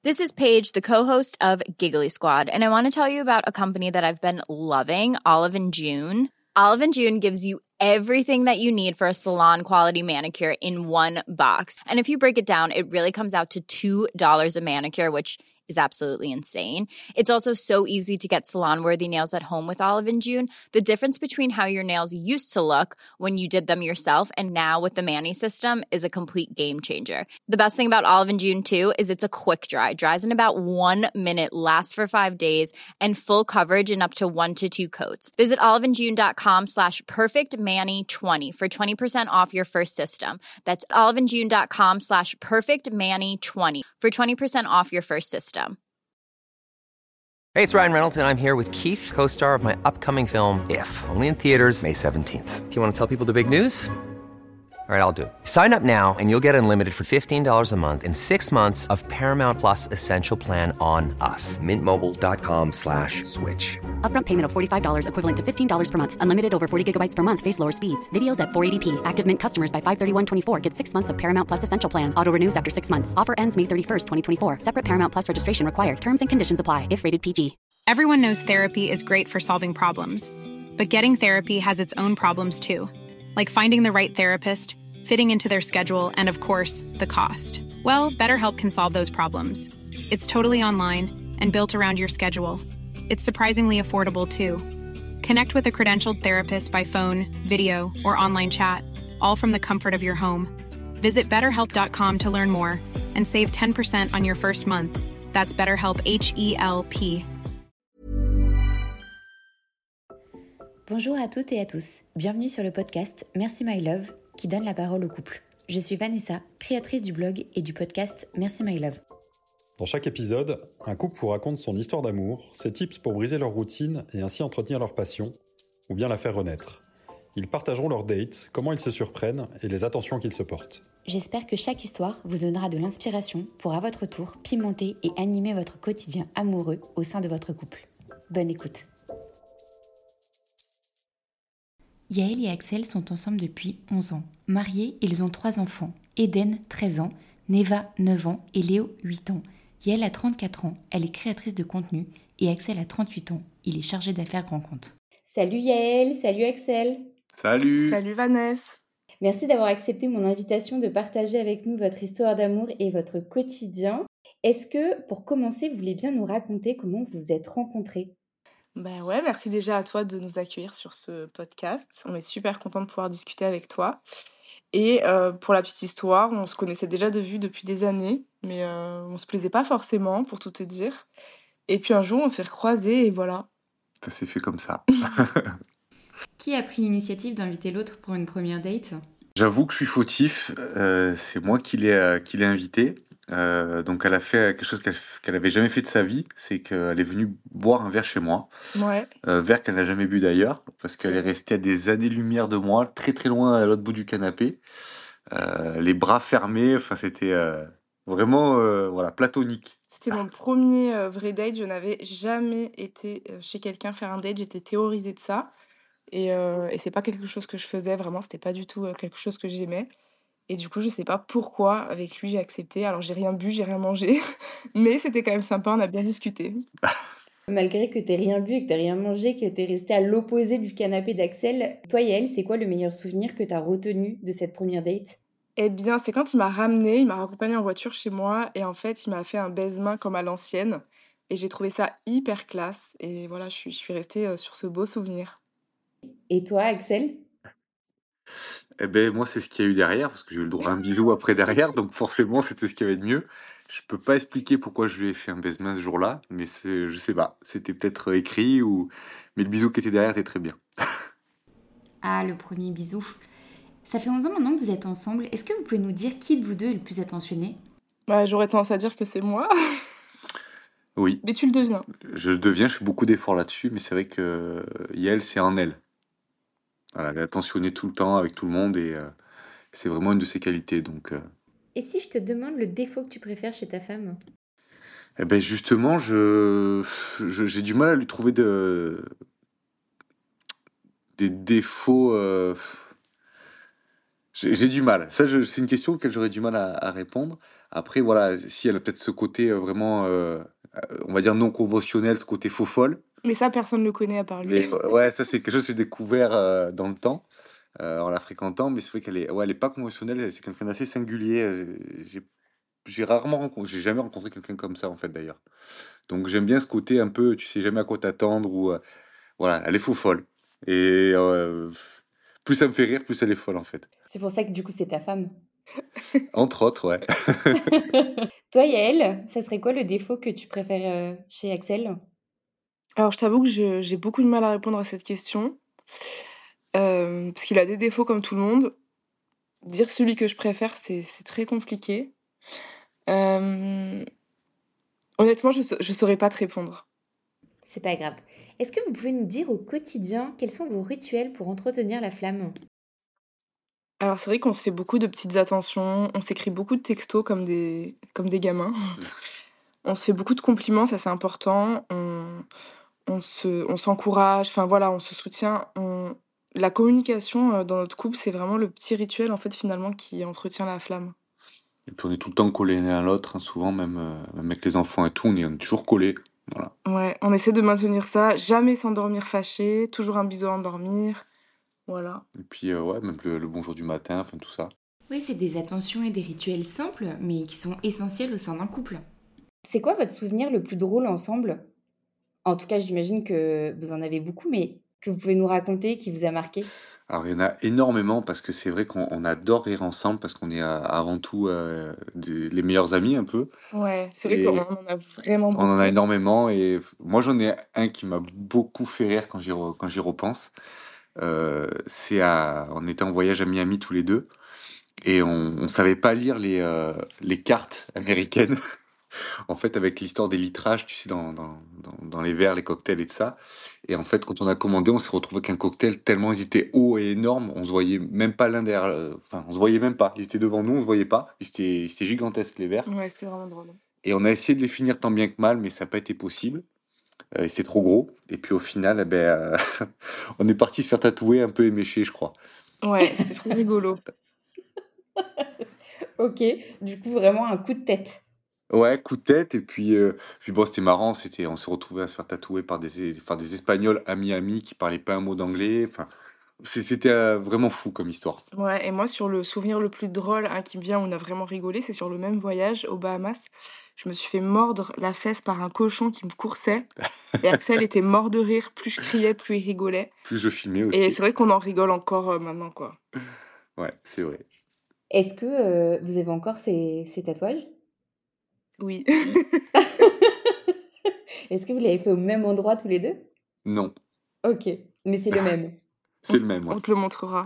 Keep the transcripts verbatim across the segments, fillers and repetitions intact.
This is Paige, the co-host of Giggly Squad, and I want to tell you about a company that I've been loving, Olive and June. Olive and June gives you everything that you need for a salon-quality manicure in one box. And if you break it down, it really comes out to two dollars a manicure, which is absolutely insane. It's also so easy to get salon-worthy nails at home with Olive and June. The difference between how your nails used to look when you did them yourself and now with the Mani system is a complete game changer. The best thing about Olive and June, too, is it's a quick dry. Dries in about one minute, lasts for five days, and full coverage in up to one to two coats. Visit oliveandjune.com slash perfectmani20 for twenty percent off your first system. That's oliveandjune.com slash perfectmani20 for twenty percent off your first system. Hey, it's Ryan Reynolds, and I'm here with Keith, co-star of my upcoming film, If, only in theaters May seventeenth. Do you want to tell people the big news? All right, I'll do it. Sign up now and you'll get unlimited for fifteen dollars a month and six months of Paramount Plus Essential Plan on us. Mint Mobile dot com slash switch. Upfront payment of forty-five dollars equivalent to fifteen dollars per month. Unlimited over forty gigabytes per month. Face lower speeds. Videos at four eighty p. Active Mint customers by five thirty-one twenty-four get six months of Paramount Plus Essential Plan. Auto renews after six months. Offer ends May thirty-first, twenty twenty-four. Separate Paramount Plus registration required. Terms and conditions apply if rated P G. Everyone knows therapy is great for solving problems. But getting therapy has its own problems too. Like finding the right therapist, fitting into their schedule, and of course, the cost. Well, BetterHelp can solve those problems. It's totally online and built around your schedule. It's surprisingly affordable, too. Connect with a credentialed therapist by phone, video, or online chat, all from the comfort of your home. Visit better help dot com to learn more and save ten percent on your first month. That's BetterHelp, H E L P. Bonjour à toutes et à tous. Bienvenue sur le podcast Merci My Love qui donne la parole au couple. Je suis Vanessa, créatrice du blog et du podcast Merci My Love. Dans chaque épisode, un couple vous raconte son histoire d'amour, ses tips pour briser leur routine et ainsi entretenir leur passion, ou bien la faire renaître. Ils partageront leurs dates, comment ils se surprennent et les attentions qu'ils se portent. J'espère que chaque histoire vous donnera de l'inspiration pour à votre tour pimenter et animer votre quotidien amoureux au sein de votre couple. Bonne écoute. Yael et Axel sont ensemble depuis onze ans. Mariés, ils ont trois enfants. Eden, treize ans, Neva, neuf ans et Léo, huit ans. Yael a trente-quatre ans, elle est créatrice de contenu et Axel a trente-huit ans, il est chargé d'affaires grand compte. Salut Yael, salut Axel. Salut. Salut Vanessa. Merci d'avoir accepté mon invitation de partager avec nous votre histoire d'amour et votre quotidien. Est-ce que, pour commencer, vous voulez bien nous raconter comment vous vous êtes rencontrés ? Ben ouais, merci déjà à toi de nous accueillir sur ce podcast. On est super content de pouvoir discuter avec toi. Et euh, pour la petite histoire, on se connaissait déjà de vue depuis des années, mais euh, on se plaisait pas forcément, pour tout te dire. Et puis un jour, on s'est recroisés et voilà. Ça s'est fait comme ça. Qui a pris l'initiative d'inviter l'autre pour une première date ? J'avoue que je suis fautif. Euh, c'est moi qui l'ai, euh, qui l'ai invitée. Euh, donc elle a fait quelque chose qu'elle, qu'elle avait jamais fait de sa vie, c'est qu'elle est venue boire un verre chez moi, Ouais. euh, verre qu'elle n'a jamais bu d'ailleurs, parce qu'elle est restée à des années-lumière de moi, très très loin à l'autre bout du canapé, euh, les bras fermés, enfin c'était euh, vraiment euh, voilà, platonique. C'était mon premier euh, vrai date. Je n'avais jamais été euh, chez quelqu'un faire un date. J'étais terrorisée de ça. Et, euh, et c'est pas quelque chose que je faisais, vraiment. C'était pas du tout euh, quelque chose que j'aimais. Et du coup, je sais pas pourquoi, avec lui, j'ai accepté. Alors, j'ai rien bu, j'ai rien mangé. Mais c'était quand même sympa, on a bien discuté. Malgré que t'aies rien bu et que t'aies rien mangé, que t'es resté à l'opposé du canapé d'Axel, toi Yael, c'est quoi le meilleur souvenir que t'as retenu de cette première date ? Eh bien, c'est quand il m'a ramené, il m'a raccompagné en voiture chez moi. Et en fait, il m'a fait un baise-main comme à l'ancienne. Et j'ai trouvé ça hyper classe. Et voilà, je suis, je suis restée euh, sur ce beau souvenir. Et toi Axel ? Eh ben moi c'est ce qu'il y a eu derrière, parce que j'ai eu le droit à un bisou après derrière, donc forcément c'était ce qu'il y avait de mieux. Je peux pas expliquer pourquoi je lui ai fait un baise-main ce jour-là, mais c'est, je sais pas, c'était peut-être écrit, ou mais le bisou qui était derrière était très bien. Ah, le premier bisou. Ça fait onze ans maintenant que vous êtes ensemble. Est-ce que vous pouvez nous dire qui de vous deux est le plus attentionné ? Bah, j'aurais tendance à dire que c'est moi. Oui, Mais tu le deviens. je le deviens, je fais beaucoup d'efforts là-dessus, mais c'est vrai que euh, Yael, c'est en elle. Voilà, elle est attentionnée tout le temps avec tout le monde, et euh, c'est vraiment une de ses qualités, donc... euh, Et si je te demande le défaut que tu préfères chez ta femme ? Eh ben justement, je, je- j'ai du mal à lui trouver de, des défauts. euh, j'ai, j'ai du mal. Ça, je- c'est une question auquel j'aurais du mal à, à répondre. Après, voilà, si elle a peut-être ce côté euh, vraiment, euh, euh, on va dire non conventionnel, ce côté faux folle. Mais ça, personne le connaît à part lui. Mais euh, ouais, ça c'est quelque chose que j'ai découvert euh, dans le temps, euh, en la fréquentant. Mais c'est vrai qu'elle est, ouais, elle est pas conventionnelle. C'est quelqu'un d'assez singulier. euh, J'ai, j'ai rarement rencontré, j'ai jamais rencontré quelqu'un comme ça en fait d'ailleurs. Donc j'aime bien ce côté un peu, tu sais jamais à quoi t'attendre ou euh, voilà, elle est faux folle. Et euh, plus ça me fait rire, plus elle est folle en fait. C'est pour ça que du coup, c'est ta femme. Entre autres, ouais. Toi, Yael, ça serait quoi le défaut que tu préfères euh, chez Axel? Alors, je t'avoue que je- j'ai beaucoup de mal à répondre à cette question. euh, parce qu'il a des défauts comme tout le monde. Dire celui que je préfère, c'est c'est très compliqué. Euh, Honnêtement, je ne saurais pas te répondre. C'est pas grave. Est-ce que vous pouvez nous dire au quotidien quels sont vos rituels pour entretenir la flamme? Alors, c'est vrai qu'on se fait beaucoup de petites attentions, on s'écrit beaucoup de textos comme des, comme des gamins. On se fait beaucoup de compliments, ça c'est important. On, on se, on s'encourage, enfin voilà, on se soutient. On... La communication euh, dans notre couple, c'est vraiment le petit rituel en fait finalement qui entretient la flamme. Et puis on est tout le temps collés l'un à l'autre, hein, souvent même, euh, même avec les enfants et tout, on est, on est toujours collés. Voilà. Ouais, on essaie de maintenir ça, jamais s'endormir fâché, toujours un bisou à endormir. Voilà. Et puis euh, ouais, même le, le bonjour du matin, enfin tout ça. Oui, c'est des attentions et des rituels simples, mais qui sont essentiels au sein d'un couple. C'est quoi votre souvenir le plus drôle ensemble? En tout cas, j'imagine que vous en avez beaucoup, mais que vous pouvez nous raconter qui vous a marqué? Alors il y en a énormément parce que c'est vrai qu'on on adore rire ensemble parce qu'on est euh, avant tout euh, des- les meilleurs amis un peu. Ouais, c'est vrai qu'on Et en a vraiment on en a beaucoup. énormément et f- moi j'en ai un qui m'a beaucoup fait rire quand j'y re- quand j'y repense. Euh, c'est à, on était en voyage à Miami tous les deux et on, on savait pas lire les, euh, les cartes américaines. En fait, avec l'histoire des litrages, tu sais, dans, dans, dans, dans les verres, les cocktails et tout ça. Et en fait, quand on a commandé, on s'est retrouvé avec un cocktail tellement ils étaient hauts et énormes, on se voyait même pas l'un derrière. euh, Enfin, on se voyait même pas. Ils étaient devant nous, on se voyait pas. Ils étaient, ils étaient gigantesques les verres. Ouais, c'était vraiment drôle. Et on a essayé de les finir tant bien que mal, mais ça n'a pas été possible. Euh, et c'est trop gros. Et puis au final, eh ben, euh, on est parti se faire tatouer un peu éméché, je crois. Ouais, c'était très rigolo. Ok, du coup, vraiment un coup de tête. Ouais, coup de tête. Et puis, euh, puis bon, c'était marrant. C'était, on s'est retrouvé à se faire tatouer par des, par des Espagnols à Miami qui parlaient pas un mot d'anglais. Enfin, c'est- c'était euh, vraiment fou comme histoire. Ouais, et moi, sur le souvenir le plus drôle hein, qui me vient, où on a vraiment rigolé, c'est sur le même voyage aux Bahamas. Je me suis fait mordre la fesse par un cochon qui me coursait. Et Axel était mort de rire. Plus je criais, plus il rigolait. Plus je filmais Et aussi. c'est vrai qu'on en rigole encore euh, maintenant, quoi. Ouais, c'est vrai. Est-ce que euh, vous avez encore ces, ces tatouages? Oui. Est-ce que vous l'avez fait au même endroit tous les deux? Non, Ok, mais c'est le même. c'est le même, ouais. On te le montrera.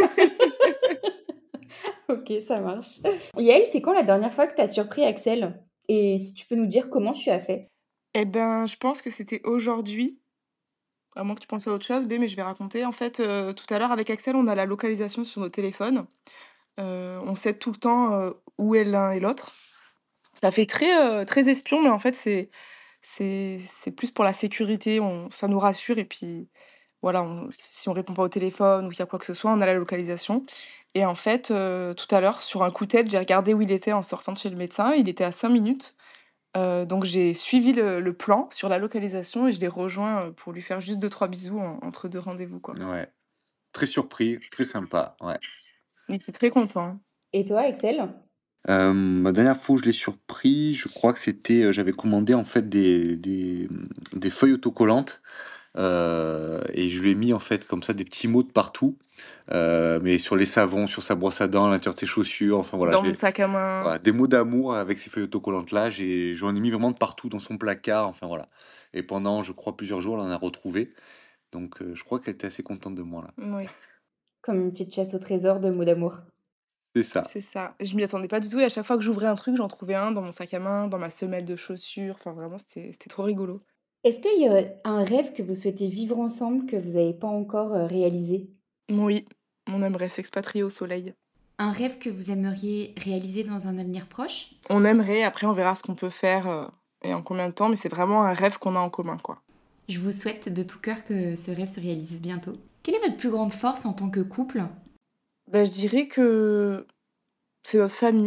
Ok, ça marche. Yael, c'est quand la dernière fois que tu as surpris Axel? Et si tu peux nous dire comment tu as fait? Eh ben, je pense que c'était aujourd'hui. À moins que tu penses à autre chose, B, mais je vais raconter. En fait, euh, tout à l'heure, avec Axel, on a la localisation sur nos téléphones. Euh, on sait tout le temps euh, où est l'un et l'autre. Ça fait très, euh, très espion, mais en fait, c'est, c'est, c'est plus pour la sécurité. On, ça nous rassure. Et puis, voilà, on- si on répond pas au téléphone ou qu'il y a quoi que ce soit, on a la localisation. Et en fait, euh, tout à l'heure, sur un coup de tête, j'ai regardé où il était en sortant de chez le médecin. Il était à cinq minutes. Euh, donc, j'ai suivi le, le plan sur la localisation et je l'ai rejoint euh, pour lui faire juste deux, trois bisous en- entre deux rendez-vous, quoi. Ouais. Très surpris, très sympa, ouais. Il était très content. Et toi, Axel? Euh, ma dernière fois où je l'ai surpris, je crois que c'était, euh, j'avais commandé en fait des, des, des feuilles autocollantes euh, et je lui ai mis en fait comme ça des petits mots de partout, euh, mais sur les savons, sur sa brosse à dents, à l'intérieur de ses chaussures, enfin voilà, Dans mon j'ai, sac à main. voilà, des mots d'amour avec ces feuilles autocollantes là, j'ai, j'en ai mis vraiment de partout dans son placard, enfin voilà. Et pendant, je crois, plusieurs jours, elle en a retrouvé, donc euh, je crois qu'elle était assez contente de moi là. Oui, Comme une petite chasse au trésor de mots d'amour. C'est ça. c'est ça. Je m'y attendais pas du tout et à chaque fois que j'ouvrais un truc, j'en trouvais un dans mon sac à main, dans ma semelle de chaussures. Enfin, vraiment, c'était c'était trop rigolo. Est-ce qu'il y a un rêve que vous souhaitez vivre ensemble que vous n'avez pas encore euh, réalisé? Oui, on aimerait s'expatrier au soleil. Un rêve que vous aimeriez réaliser dans un avenir proche? On aimerait, après on verra ce qu'on peut faire euh, et en combien de temps, mais c'est vraiment un rêve qu'on a en commun, quoi. Je vous souhaite de tout cœur que ce rêve se réalise bientôt. Quelle est votre plus grande force en tant que couple? Ben, je dirais que c'est notre famille.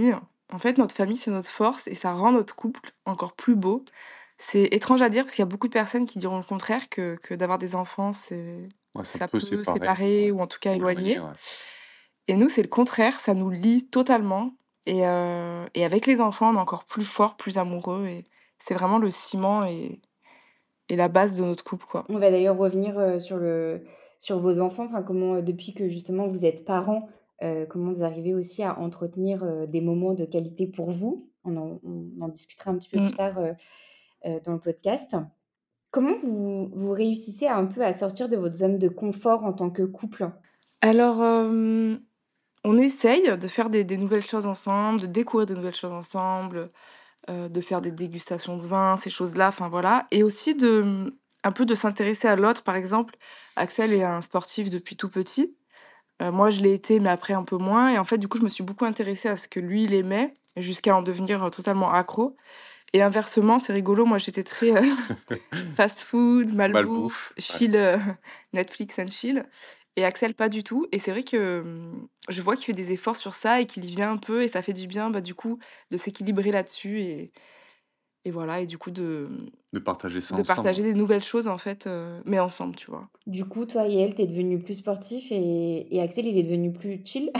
En fait, notre famille, c'est notre force et ça rend notre couple encore plus beau. C'est étrange à dire parce qu'il y a beaucoup de personnes qui diront le contraire, que que d'avoir des enfants, c'est Ouais, ça ça peut peut séparer, séparer ou en tout cas ou éloigner, éloigner. ouais. Et nous, c'est le contraire, ça nous lie totalement et heu et avec les enfants, on est encore plus forts, plus amoureux et c'est vraiment le ciment et et la base de notre couple, quoi. On va d'ailleurs revenir, heu, sur le sur vos enfants, enfin comment, heu, depuis que justement vous êtes parents, heu, comment vous arrivez aussi à entretenir, heu, des moments de qualité pour vous. On en on en discutera un petit peu plus Mmh. tard, heu heu, dans le podcast. Comment vous vous réussissez à un peu à sortir de votre zone de confort en tant que couple? Alors, hem, on essaye de faire des des nouvelles choses ensemble, de découvrir des nouvelles choses ensemble, heu, de faire des dégustations de vin, ces choses-là, enfin voilà et aussi de, mmh, un peu de s'intéresser à l'autre. Par exemple, Axel est un sportif depuis tout petit. Heu, moi, je l'ai été, mais après un peu moins et en fait, du coup, je me suis beaucoup intéressée à ce que lui, il aimait, jusqu'à en devenir, heu, totalement accro et inversement, c'est rigolo, moi, j'étais très, heu, fast-food, malbouffe, Malbouffe, ouais. chill, heu, Netflix and chill et Axel, pas du tout et c'est vrai que, mmh, je vois qu'il fait des efforts sur ça et qu'il y vient un peu et ça fait du bien, bah, du coup, de s'équilibrer là-dessus et et voilà et du coup de, mmh, De partager ça de ensemble, partager ouais. des nouvelles choses, en fait, heu, mais ensemble, tu vois? Du coup, toi et elle, tu es devenus plus sportifs et et Axel, il est devenu plus chill?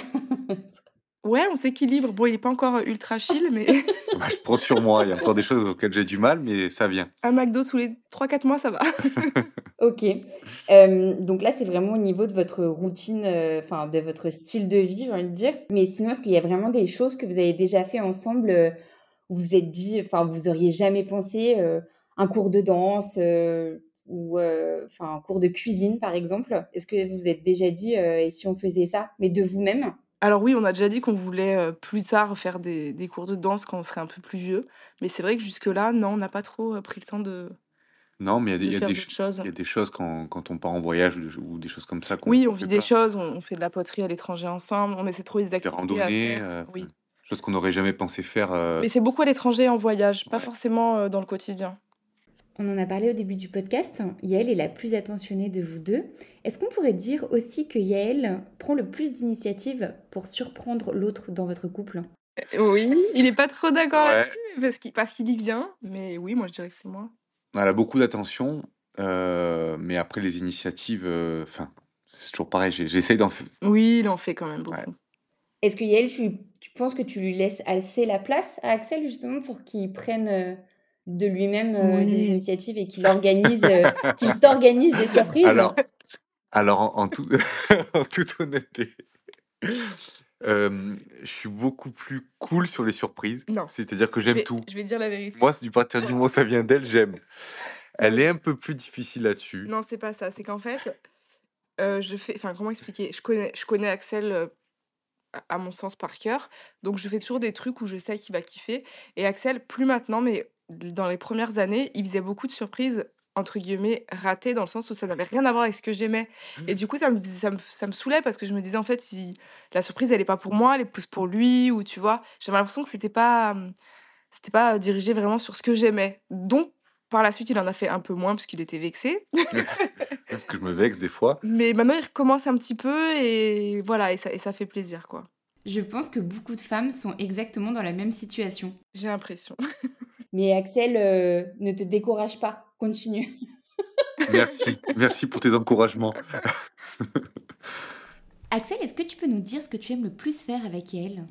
Ouais, on s'équilibre. Bon, il est pas encore, heu, ultra chill, mais Bah, je prends sur moi, il y a encore des choses auxquelles j'ai du mal, mais ça vient. un McDo tous les trois quatre mois, ça va. OK. Hem, donc là, c'est vraiment au niveau de votre routine, heu, enfin de votre style de vie, j'ai envie de dire. Mais sinon, est-ce qu'il y a vraiment des choses que vous avez déjà fait ensemble, heu, où vous vous êtes dit enfin, vous auriez jamais pensé, heu, un cours de danse, heu, ou heu, enfin un cours de cuisine, par exemple? Est-ce que vous vous êtes déjà dit, heu: «Et si on faisait ça?» mais de vous-même? Alors oui, on a déjà dit qu'on voulait, heu, plus tard faire des des cours de danse quand on serait un peu plus vieux, mais c'est vrai que jusque-là, non, on n'a pas trop, heu, pris le temps de Non, mais il y a des il de y a faire des d'autres ch choses. il y a des choses quand quand on part en voyage ou des ou des choses comme ça qu'on Oui, on qu'on vit fait des pas. choses, on on fait de la poterie à l'étranger ensemble, on essaie de trouver des Des activités à randonnées, faire, heu, oui. enfin, choses qu'on n'aurait jamais pensé faire, heu, Mais c'est beaucoup à l'étranger en voyage, pas ouais. forcément, heu, dans le quotidien. On en a parlé au début du podcast. Yael est la plus attentionnée de vous deux. Est-ce qu'on pourrait dire aussi que Yael prend le plus d'initiative pour surprendre l'autre dans votre couple? Heu, oui, il est pas trop d'accord Ouais, là-dessus parce qu'il parce qu'il y vient, mais oui, moi je dirais que c'est moi. elle a beaucoup d'attention, heu, mais après les initiatives, heu, enfin, c'est toujours pareil, j'ai j'essaye d'en f Oui, il en fait quand même ouais. beaucoup. Est-ce que Yael, tu, tu penses que tu lui laisses assez la place à Axel justement pour qu'il prenne euh, de lui-même euh, des Oui. initiatives et qu'il organise, euh, qu'il t'organise des surprises? Alors alors en en tout en toute honnêteté, hem, je suis beaucoup plus cool sur les surprises, Non, c'est-à-dire que je j'aime vais tout. je vais dire la vérité. Moi, c'est du partir du moment où ça vient d'elle, j'aime. Non, Elle est un peu plus difficile là-dessus. non, c'est pas ça. C'est qu'en fait, heu, je fais enfin, comment expliquer? Je connais je connais Axel, heu, à à mon sens par cœur, donc je fais toujours des trucs où je sais qu'il va kiffer et Axel, plus maintenant, mais dans les premières années, il faisait beaucoup de surprises, entre guillemets, «ratées», dans le sens où ça n'avait rien à voir avec ce que j'aimais et du coup, ça me fais ça me ça me saoulait parce que je me disais: «En fait, il la surprise, elle est pas pour moi, elle est plus pour lui» ou tu vois? J'avais l'impression que c'était pas, mmh, c'était pas, heu, dirigé vraiment sur ce que j'aimais. Donc par la suite, il en a fait un peu moins parce qu'il était vexé. Parce que je me vexe des fois. Mais maintenant, il recommence un petit peu et voilà et ça et ça fait plaisir, quoi. Je pense que beaucoup de femmes sont exactement dans la même situation. J'ai l'impression. Mais Axel, euh, ne te décourage pas, continue. Merci, merci pour tes encouragements. Axel, est-ce que tu peux nous dire ce que tu aimes le plus faire avec elle?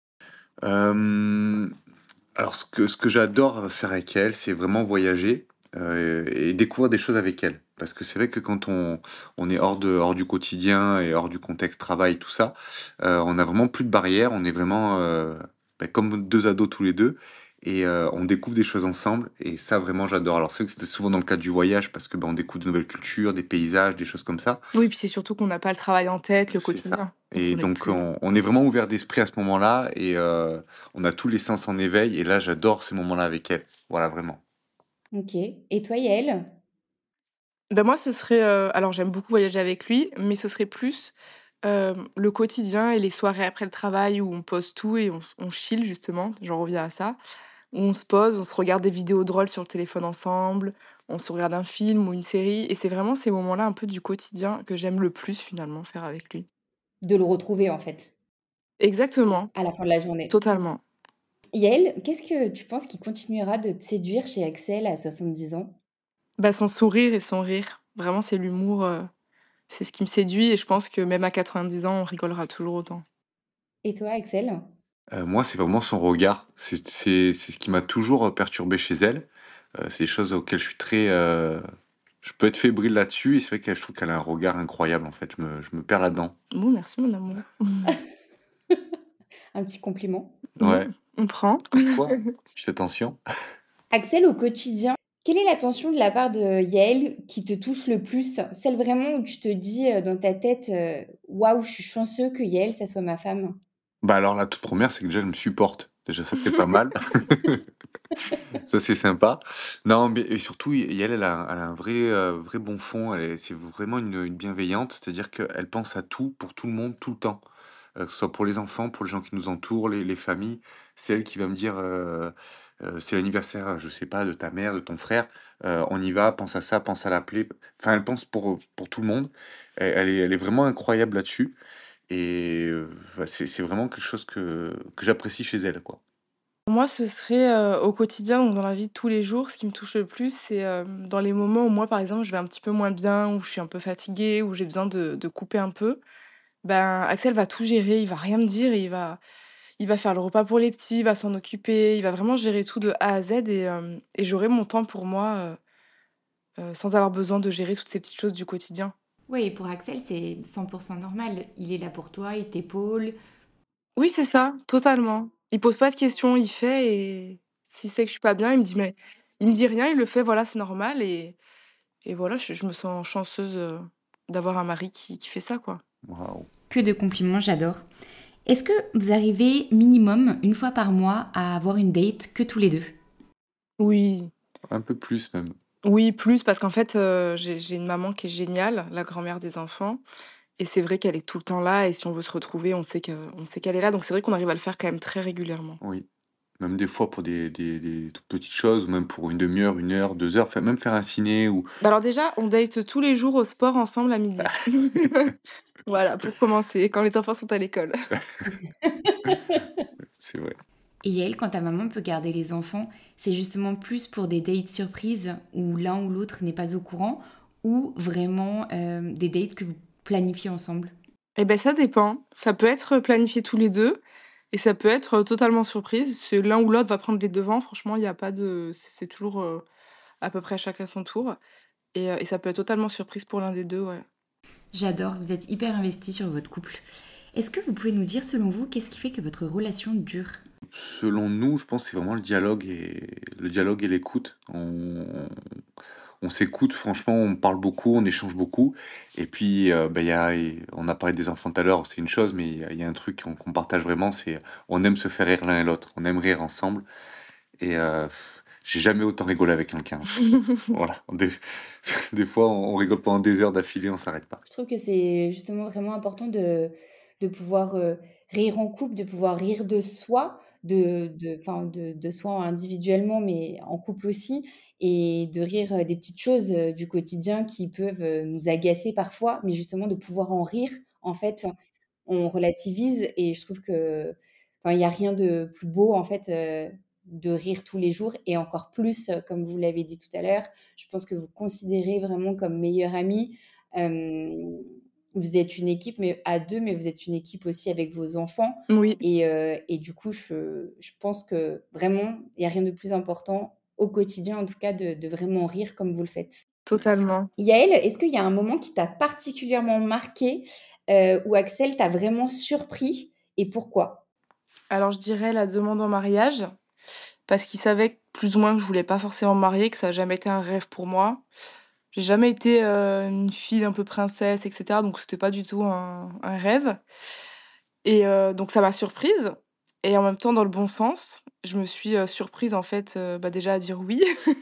Hem, alors ce que ce que j'adore faire avec elle, c'est vraiment voyager, heu et découvrir des choses avec elle. Parce que c'est vrai que quand on on est hors de hors du quotidien et hors du contexte travail, tout ça, heu, on a vraiment plus de barrières. On est vraiment, heu, bah, comme deux ados tous les deux et heu, on découvre des choses ensemble et ça vraiment j'adore. Alors c'est vrai que c'était souvent dans le cadre du voyage parce que, bah, on découvre de nouvelles cultures, des paysages, des choses comme ça. Oui, puis c'est surtout qu'on n'a pas le travail en tête, le C'est ça quotidien. Donc et on est donc plus on on est vraiment ouvert d'esprit à ce moment-là et heu, on a tous les sens en éveil et là, j'adore ces moments-là avec elle. Voilà, vraiment. Ok. Et toi, Yael? ben moi, ce serait, heu, alors j'aime beaucoup voyager avec lui, mais ce serait plus, hem, le quotidien et les soirées après le travail où on pose tout et on s on chill justement, j'en reviens à ça. Où on se pose, on se regarde des vidéos drôles sur le téléphone ensemble, on se regarde un film ou une série et c'est vraiment ces moments-là un peu du quotidien que j'aime le plus finalement faire avec lui. De le retrouver, en fait, Exactement, à la fin de la journée. totalement. Yael, qu'est-ce que tu penses qui continuera de te séduire chez Axel à soixante-dix ans? Bah, son sourire et son rire. Vraiment, c'est l'humour, heu, c'est ce qui me séduit et je pense que même à quatre-vingt-dix ans, on rigolera toujours autant. Et toi, Axel? Heu, moi, c'est vraiment son regard. C'est c'est c'est ce qui m'a toujours, heu, perturbé chez elle. Heu, c'est des choses auxquelles je suis très, heu, je peux être fébrile là-dessus et c'est vrai que je trouve qu'elle a un regard incroyable, en fait. Je me je me perds là-dedans. Oh merci mon amour. Un petit compliment. Ouais, Mmh, on prend. comme quoi, petite attention. Axel, au quotidien, quelle est l'attention de la part de Yael qui te touche le plus? Celle vraiment où tu te dis, heu, dans ta tête, heu: «Waouh, je suis chanceux que Yael, ça soit ma femme». Bah, alors la toute première, c'est que déjà elle me supporte. Déjà ça, c'est pas mal. Ça, c'est sympa. Non, mais et surtout, et elle, elle a elle a un vrai, heu, vrai bon fond. Elle est c'est vraiment une, une bienveillante, c'est-à-dire qu'elle pense à tout, pour tout le monde, tout le temps. Heu, que ce soit pour les enfants, pour les gens qui nous entourent, les les familles. C'est elle qui va me dire, heu heu: «C'est l'anniversaire, je sais pas, de ta mère, de ton frère, heu, on y va, pense à ça, pense à l'appeler». Enfin, elle pense pour, pour tout le monde. Elle elle est elle est vraiment incroyable là-dessus et heu, bah, c'est c'est vraiment quelque chose que que j'apprécie chez elle, quoi. Moi, ce serait, heu, au quotidien, donc dans la vie de tous les jours, ce qui me touche le plus, c'est, hem, dans les moments où moi, par exemple, je vais un petit peu moins bien, où je suis un peu fatiguée, où j'ai besoin de de couper un peu. Ben, Axel va tout gérer, il va rien me dire et il va il va faire le repas pour les petits, il va s'en occuper, il va vraiment gérer tout de A à Z et hem et j'aurai mon temps pour moi, heu heu, sans avoir besoin de gérer toutes ces petites choses du quotidien. Oui, pour Axel, c'est cent pour cent normal. Il est là pour toi, il t'épaule. Oui, c'est ça, totalement. Il pose pas de questions, il fait et s'il sait que je suis pas bien, il me dit mais il me dit rien, il le fait, voilà, c'est normal et et voilà, je je me sens chanceuse, heu, d'avoir un mari qui qui fait ça, quoi. Waouh! Que de compliments, j'adore. Est-ce que vous arrivez minimum une fois par mois à avoir une date que tous les deux? Oui, Un peu plus même. oui, plus parce qu'en fait, heu, j'ai j'ai une maman qui est géniale, la grand-mère des enfants et c'est vrai qu'elle est tout le temps là et si on veut se retrouver, on sait que on sait qu'elle est là, donc c'est vrai qu'on arrive à le faire quand même très régulièrement. Oui. Même des fois pour des des des toutes petites choses, ou même pour une demi heure, une heure, deux heures, enfin même faire un ciné ou Bah, alors déjà, on date tous les jours au sport ensemble à midi. Voilà, pour commencer, quand les enfants sont à l'école. c'est vrai. Et Yael, quand ta maman peut garder les enfants, c'est justement plus pour des dates surprises où l'un ou l'autre n'est pas au courant ou vraiment euh, des dates que vous planifiez ensemble? Eh ben, ça dépend. Ça peut être planifié tous les deux et ça peut être, heu, totalement surprise. C'est l'un ou l'autre va prendre les devants. Franchement, il y a pas de c'est c'est toujours, heu, à peu près chacun son tour et heu et ça peut être totalement surprise pour l'un des deux, ouais. J'adore, vous êtes hyper investi sur votre couple. Est-ce que vous pouvez nous dire, selon vous, qu'est-ce qui fait que votre relation dure? Selon nous, je pense que c'est vraiment le dialogue et le dialogue et l'écoute. On on s'écoute, franchement, on parle beaucoup, on échange beaucoup et puis, heu, bah, il y a et on a parlé des enfants tout à l'heure, c'est une chose, mais il y a il y a un truc qu'on qu'on partage vraiment, c'est on aime se faire rire l'un et l'autre. On aime rire ensemble et heu, j'ai jamais autant rigolé avec quelqu'un, en fait. Voilà, des des fois, on rigole pendant des heures d'affilée, on s'arrête pas. Je trouve que c'est justement vraiment important de, de pouvoir euh, rire en couple, de pouvoir rire de soi, de, de, enfin, de, de soi individuellement, mais en couple aussi, et de rire euh, des petites choses euh, du quotidien qui peuvent euh, nous agacer parfois, mais justement de pouvoir en rire, en fait, on relativise et je trouve que, enfin, il y a rien de plus beau, en fait, heu, de rire tous les jours et encore plus, heu, comme vous l'avez dit tout à l'heure, je pense que vous considérez vraiment comme meilleure amie. Hem, Vous êtes une équipe, mais à deux, mais vous êtes une équipe aussi avec vos enfants Oui, et heu et du coup, je je pense que vraiment, il y a rien de plus important au quotidien, en tout cas, de de vraiment rire comme vous le faites. totalement. Yael, est-ce qu'il y a un moment qui t'a particulièrement marqué, heu, où Axel t'a vraiment surpris et pourquoi? Alors je dirais la demande en mariage, parce qu'il savait plus ou moins que je voulais pas forcément me marier, que ça a jamais été un rêve pour moi. J'ai jamais été, heu, une fille un peu princesse et cetera, donc c'était pas du tout un un rêve et heu, donc ça m'a surprise et en même temps dans le bon sens. Je me suis, heu, surprise en fait, heu, bah, déjà à dire oui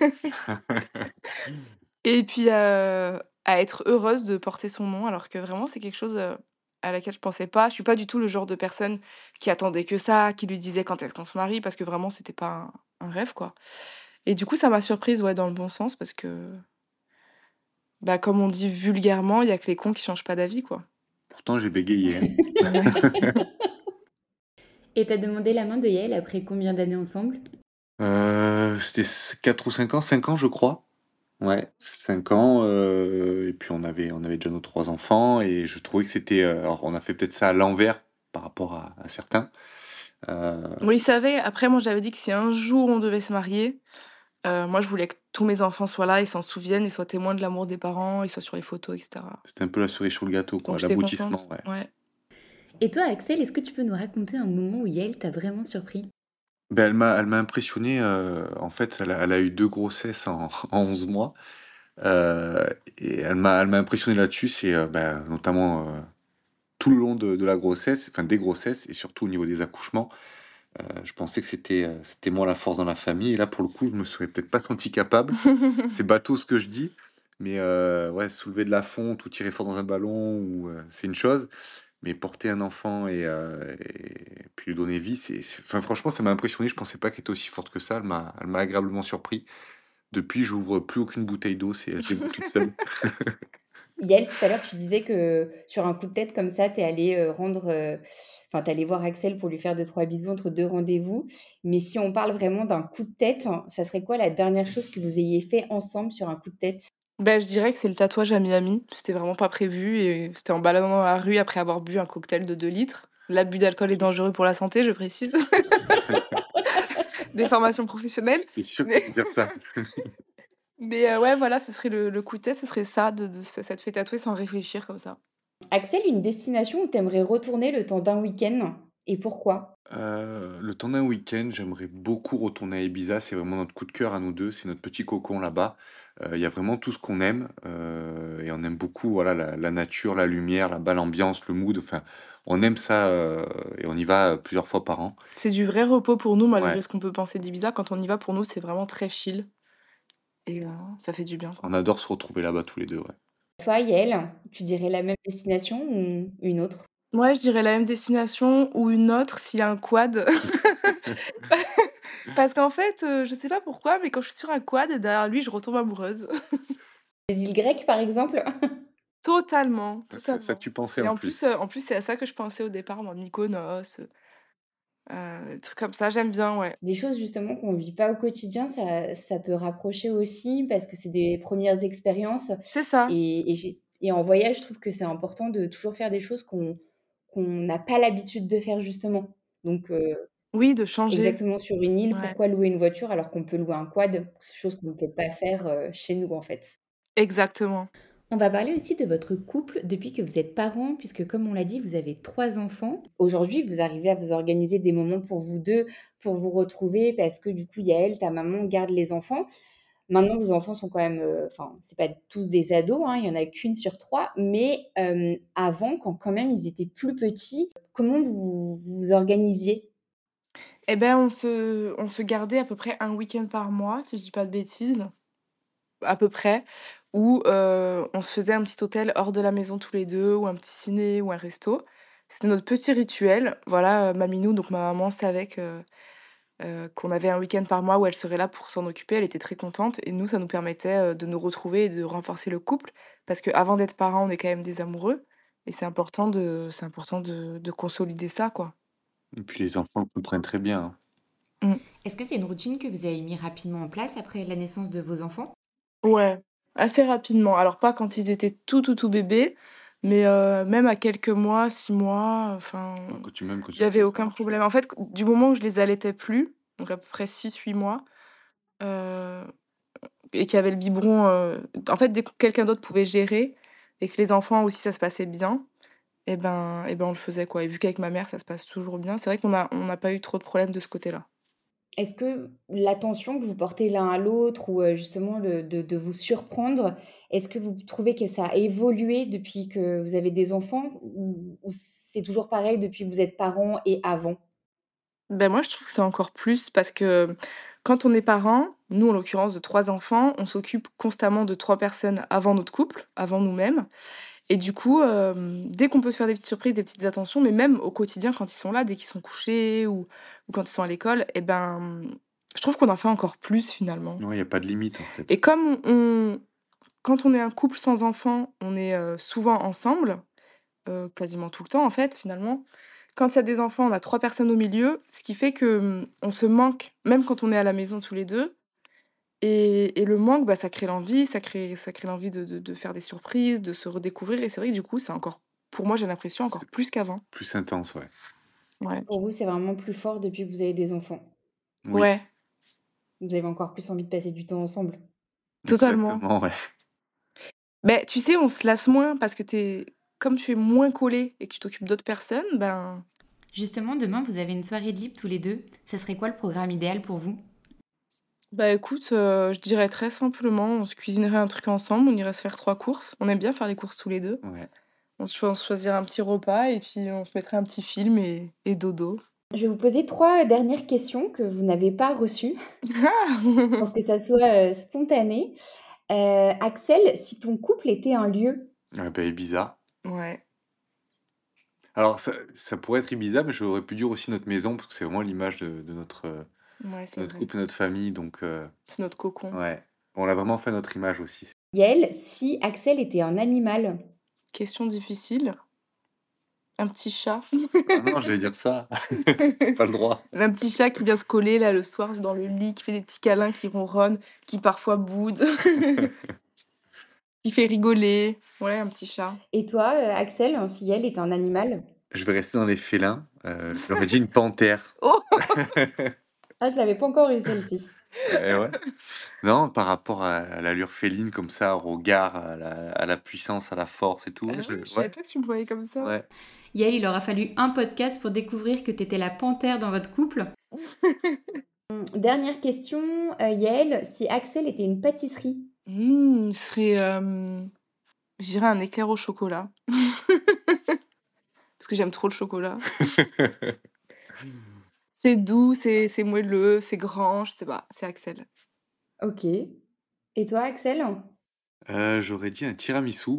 et puis, heu, à être heureuse de porter son nom alors que vraiment c'est quelque chose, heu, à laquelle je pensais pas. Je suis pas du tout le genre de personne qui attendait que ça, qui lui disait quand est-ce qu'on se marie parce que vraiment c'était pas un un rêve quoi et du coup ça m'a surprise, ouais, dans le bon sens parce que, bah, comme on dit vulgairement, il y a que les cons qui changent pas d'avis, quoi. Pourtant, j'ai bégayé, hein. Ouais. Et t'as demandé la main de Yael après combien d'années ensemble? Heu, c'était quatre ou cinq ans, cinq ans je crois. Ouais, cinq ans, heu et puis on avait on avait déjà nos trois enfants et je trouvais que c'était, heu alors on a fait peut-être ça à l'envers par rapport à à certains. Heu, Bon, il savait, après moi j'avais dit que si un jour on devait se marier, heu, moi je voulais que tous mes enfants soient là et s'en souviennent et soient témoins de l'amour des parents et soient sur les photos et cetera. C'était un peu la cerise sur le gâteau quoi, Donc j'étais l'aboutissement, contente. ouais. Ouais. Et toi, Axel, est-ce que tu peux nous raconter un moment où Yael t'a vraiment surpris? Ben elle m'a elle m'a impressionné, heu, en fait, elle a elle a eu deux grossesses en en onze mois, heu et elle m'a elle m'a impressionné là-dessus. C'est, heu, bah, notamment, heu, tout le long de de la grossesse, enfin des grossesses et surtout au niveau des accouchements. Heu, je pensais que c'était, heu, c'était moi la force dans la famille et là, pour le coup, je me serais peut-être pas senti capable. C'est bateau ce que je dis, mais heu, ouais, soulever de la fonte ou tirer fort dans un ballon ou heu, c'est une chose, mais porter un enfant et heu et puis lui donner vie, c'est c'est enfin franchement, ça m'a impressionné. Je pensais pas qu'elle était aussi forte que ça. Elle m'a elle m'a agréablement surpris. Depuis, j'ouvre plus aucune bouteille d'eau, c'est elle se débrouille toute seule. Yael, tout à l'heure, tu disais que sur un coup de tête comme ça, tu es allée, heu, rendre, heu, enfin, tu allée voir Axel pour lui faire deux trois bisous entre deux rendez-vous. Mais si on parle vraiment d'un coup de tête, hein, ça serait quoi la dernière chose que vous ayez fait ensemble sur un coup de tête? Bah, je dirais que c'est le tatouage à Miami. C'était vraiment pas prévu et c'était en baladant dans la rue après avoir bu un cocktail de deux litres. L'abus d'alcool est dangereux pour la santé, je précise. Des formations professionnelles. C'est sûr que tu Mais peux dire ça. mais heu, ouais, voilà, ce serait le le coup de tête, ce serait ça, de de ça s'être fait tatouer sans réfléchir comme ça. Axel, une destination où tu aimerais retourner le temps d'un week-end et pourquoi? Heu, le temps d'un week-end, j'aimerais beaucoup retourner à Ibiza. C'est vraiment notre coup de cœur à nous deux. C'est notre petit cocon là-bas. Heu, il y a vraiment tout ce qu'on aime, heu et on aime beaucoup, voilà, la la nature, la lumière, là-bas, l'ambiance, le mood, enfin, on aime ça, heu et on y va, heu, plusieurs fois par an. C'est du vrai repos pour nous malgré Ouais, ce qu'on peut penser d'Ibiza. Quand on y va, pour nous, c'est vraiment très chill et heu, ça fait du bien, quoi. on adore se retrouver là-bas tous les deux. Ouais. Toi, Yael, tu dirais la même destination ou une autre? Ouais, je dirais la même destination ou une autre s'il y a un quad. Parce qu'en fait, heu, je sais pas pourquoi, mais quand je suis sur un quad, derrière lui, je retombe amoureuse. Les îles grecques, par exemple? Totalement, C'est à ça que totalement tu pensais et en en plus, plus. heu, en plus, c'est à ça que je pensais au départ, moi, Mykonos, heu heu, des trucs comme ça, j'aime bien, ouais. Des choses justement qu'on vit pas au quotidien, ça ça peut rapprocher aussi parce que c'est des premières expériences C'est ça, et et j'ai et en voyage, je trouve que c'est important de toujours faire des choses qu'on qu'on n'a pas l'habitude de faire justement. Donc heu, oui, de changer, exactement sur une île, ouais, pourquoi louer une voiture alors qu'on peut louer un quad? Chose qu'on ne peut pas faire, heu, chez nous, en fait. exactement. On va parler aussi de votre couple depuis que vous êtes parents, puisque comme on l'a dit, vous avez trois enfants. Aujourd'hui, vous arrivez à vous organiser des moments pour vous deux, pour vous retrouver parce que du coup, Yaël, ta maman, garde les enfants. Maintenant, vos enfants sont quand même, heu, enfin, c'est pas tous des ados, hein, il y en a qu'une sur trois. Mais hem, avant, quand quand même ils étaient plus petits, comment vous vous organisiez? Et ben, on se on se gardait à peu près un week-end par mois, si je dis pas de bêtises, à peu près, où, heu, on se faisait un petit hôtel hors de la maison tous les deux ou un petit ciné ou un resto. C'était notre petit rituel. Voilà, heu, ma Minou, donc ma maman savait que heu, qu'on avait un week-end par mois où elle serait là pour s'en occuper. Elle était très contente et nous, ça nous permettait, heu, de nous retrouver et de renforcer le couple. Parce qu'avant d'être parents, on est quand même des amoureux et c'est important de c'est important de de consolider ça, quoi. Et puis les enfants comprennent très bien, hein. Mmh. Est-ce que c'est une routine que vous avez mis rapidement en place après la naissance de vos enfants? Ouais, assez rapidement. Alors pas quand ils étaient tout, tout, tout bébés, mais heu, même à quelques mois, six mois, enfin, Ouais, quand tu m'aimes, quand il y tu avait ça aucun marche. problème. En fait, du moment où je les allaitais plus, donc à peu près six huit mois, heu et qu'il y avait le biberon, heu, en fait, dès que quelqu'un d'autre pouvait gérer et que les enfants aussi, ça se passait bien et ben et ben, on le faisait, quoi et vu qu'avec ma mère, ça se passe toujours bien, c'est vrai qu'on a on n'a pas eu trop de problèmes de ce côté-là. Est-ce que l'attention que vous portez l'un à l'autre ou, heu, justement le de de vous surprendre, est-ce que vous trouvez que ça a évolué depuis que vous avez des enfants ou ou c'est toujours pareil depuis que vous êtes parents et avant? Ben, moi, je trouve que c'est encore plus parce que quand on est parents, nous, en l'occurrence de trois enfants, on s'occupe constamment de trois personnes avant notre couple, avant nous-mêmes et du coup, hem, dès qu'on peut se faire des petites surprises, des petites attentions, mais même au quotidien quand ils sont là, dès qu'ils sont couchés ou ou quand ils sont à l'école et ben, je trouve qu'on en fait encore plus finalement Ouais, il y a pas de limite, en et fait. comme on quand on est un couple sans enfants, on est, heu, souvent ensemble, heu, quasiment tout le temps en fait, finalement. quand il y a des enfants, on a trois personnes au milieu, ce qui fait qu'on on se manque, même quand on est à la maison tous les deux. Et, et le manque, bah, ça crée l'envie, ça crée, ça crée l'envie de, de, de faire des surprises, de se redécouvrir. Et c'est vrai que du coup, c'est encore, pour moi, j'ai l'impression, encore plus qu'avant. Plus intense, ouais. Ouais. Pour vous, c'est vraiment plus fort depuis que vous avez des enfants. Oui, Ouais, Vous avez encore plus envie de passer du temps ensemble. totalement. exactement, ouais. Ben, tu sais, on se lasse moins parce que t'es, comme tu es moins collé et que tu t'occupes d'autres personnes, ben, Justement, demain, vous avez une soirée de libre tous les deux. Ça serait quoi le programme idéal pour vous? bah écoute, euh, je dirais très simplement, on se cuisinerait un truc ensemble, on irait se faire trois courses. On aime bien faire les courses tous les deux. Ouais. On se, cho- on se choisirait un petit repas et puis on se mettrait un petit film et, et dodo. Je vais vous poser trois dernières questions que vous n'avez pas reçues pour que ça soit euh, spontané. Euh, Axel, si ton couple était un lieu, Ah ben, Ibiza. Ouais. Alors, ça, ça pourrait être Ibiza, mais j'aurais pu dire aussi notre maison, parce que c'est vraiment l'image de, de notre, euh, Ouais, de c'est notre vrai. couple et notre famille. Donc, euh, C'est notre cocon. ouais. On a vraiment fait notre image aussi. Yael, si Axel était un animal, Question difficile. Un petit chat. Ah non, je vais dire ça. Pas le droit. Un petit chat qui vient se coller là le soir dans le lit, qui fait des petits câlins, qui ronronne, qui parfois boude, qui fait rigoler. Ouais, un petit chat. et toi, euh, Axel, si Yael était un animal? Je vais rester dans les félins. Euh, j'aurais dit une panthère. Oh Ah, je l'avais pas encore eu celle-ci. Eh ouais. Non, par rapport à, à l'allure féline, comme ça, au regard, à la, à la puissance, à la force et tout. Ah je- ouais, je savais ouais, pas que tu me voyais comme ça. ouais. Yael, il aura fallu un podcast pour découvrir que t'étais la panthère dans votre couple. Dernière question, euh, Yael, si Axel était une pâtisserie? Mmh, ce serait, euh, je dirais un éclair au chocolat. Parce que j'aime trop le chocolat. C'est doux, c'est c'est moelleux, c'est grand, je sais pas, c'est Axel. Ok. Et toi, Axel? Euh, j'aurais dit un tiramisu.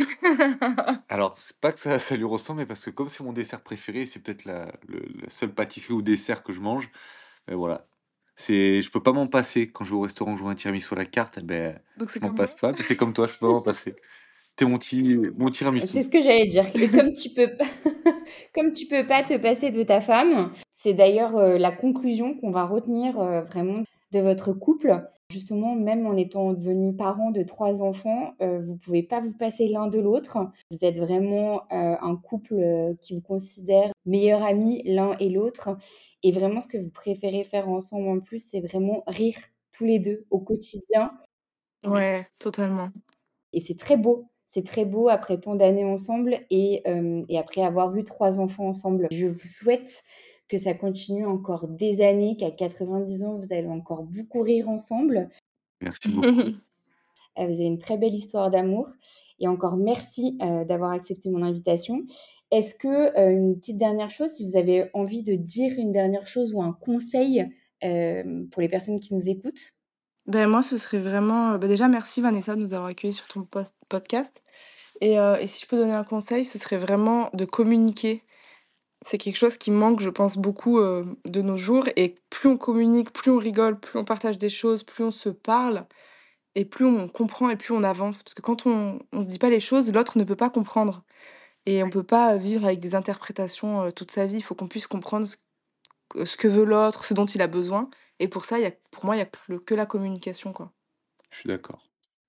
Alors, c'est pas que ça, ça lui ressemble, mais parce que comme c'est mon dessert préféré, c'est peut-être la, le, la seule pâtisserie ou dessert que je mange. Mais voilà. C'est, je peux pas m'en passer. Quand je vais au restaurant, je vois un tiramisu à la carte, eh ben, Donc je c'est m'en comme passe moi. pas. Mais c'est comme toi, je peux pas m'en passer. T'es mon, ti, mon tiramisu. C'est ce que j'allais dire. Et comme tu peux pas, comme tu peux pas te passer de ta femme, c'est d'ailleurs euh, la conclusion qu'on va retenir euh, vraiment de votre couple. Justement, même en étant devenus parents de trois enfants, euh, vous pouvez pas vous passer l'un de l'autre. Vous êtes vraiment euh, un couple euh, qui vous considère meilleurs amis l'un et l'autre. Et vraiment, ce que vous préférez faire ensemble en plus, c'est vraiment rire tous les deux au quotidien. Ouais, totalement. Et c'est très beau. C'est très beau après tant d'années ensemble et, euh, et après avoir eu trois enfants ensemble. Je vous souhaite que ça continue encore des années, qu'à quatre-vingt-dix ans, vous allez encore beaucoup rire ensemble. Merci beaucoup. Euh, Vous avez une très belle histoire d'amour. Et encore merci euh, d'avoir accepté mon invitation. Est-ce que, euh, une petite dernière chose, si vous avez envie de dire une dernière chose ou un conseil euh, pour les personnes qui nous écoutent? Ben moi, ce serait vraiment... euh, bah, déjà, merci Vanessa de nous avoir accueillis sur ton post- podcast. Et, euh, et si je peux donner un conseil, ce serait vraiment de communiquer. C'est quelque chose qui manque, je pense, beaucoup euh, de nos jours. Et plus on communique, plus on rigole, plus on partage des choses, plus on se parle, et plus on comprend et plus on avance. Parce que quand on ne se dit pas les choses, l'autre ne peut pas comprendre. Et on peut pas vivre avec des interprétations euh, toute sa vie. Il faut qu'on puisse comprendre ce, que ce que veut l'autre, ce dont il a besoin. Et pour ça, il y a, pour moi, il y a que, le- que la communication, quoi. Je suis d'accord.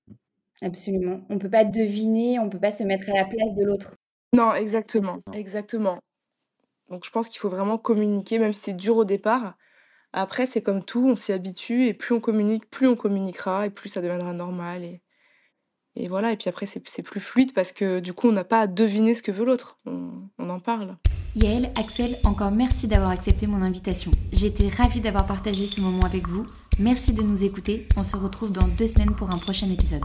Absolument. On ne peut pas deviner, on ne peut pas se mettre à la place de l'autre. Non, exactement, Non. exactement. Donc je pense qu'il faut vraiment communiquer, même si c'est dur au départ. Après, c'est comme tout, on s'y habitue et plus on communique, plus on communiquera et plus ça deviendra normal. Et, et voilà, et puis après, c'est c'est plus fluide parce que du coup, on n'a pas à deviner ce que veut l'autre. On, on en parle. Yael, Axel, encore merci d'avoir accepté mon invitation. J'étais ravie d'avoir partagé ce moment avec vous. Merci de nous écouter. On se retrouve dans deux semaines pour un prochain épisode.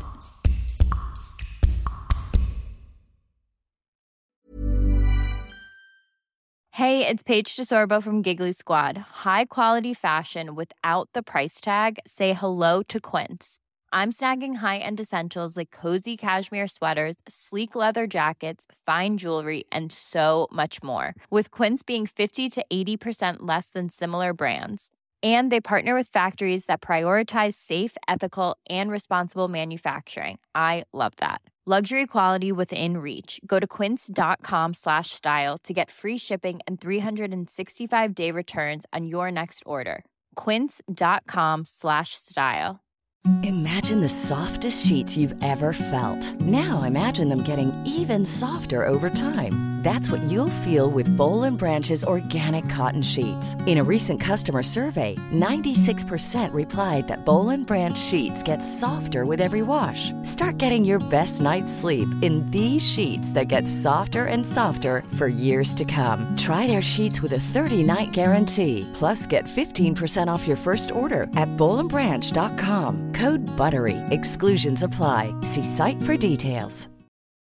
Hey, it's Paige DeSorbo from Giggly Squad. High quality fashion without the price tag. Say hello to Quince. I'm snagging high-end essentials like cozy cashmere sweaters, sleek leather jackets, fine jewelry, and so much more. With Quince being fifty to eighty percent less than similar brands. And they partner with factories that prioritize safe, ethical, and responsible manufacturing. I love that. Luxury quality within reach. Go to quince.com slash style to get free shipping and three sixty-five day returns on your next order. Quince.com slash style. Imagine the softest sheets you've ever felt. Now imagine them getting even softer over time. That's what you'll feel with Boll and Branch's organic cotton sheets. In a recent customer survey, ninety-six percent replied that Boll and Branch sheets get softer with every wash. Start getting your best night's sleep in these sheets that get softer and softer for years to come. Try their sheets with a thirty-night guarantee. Plus, get fifteen percent off your first order at boll and branch dot com. Code BUTTERY. Exclusions apply. See site for details.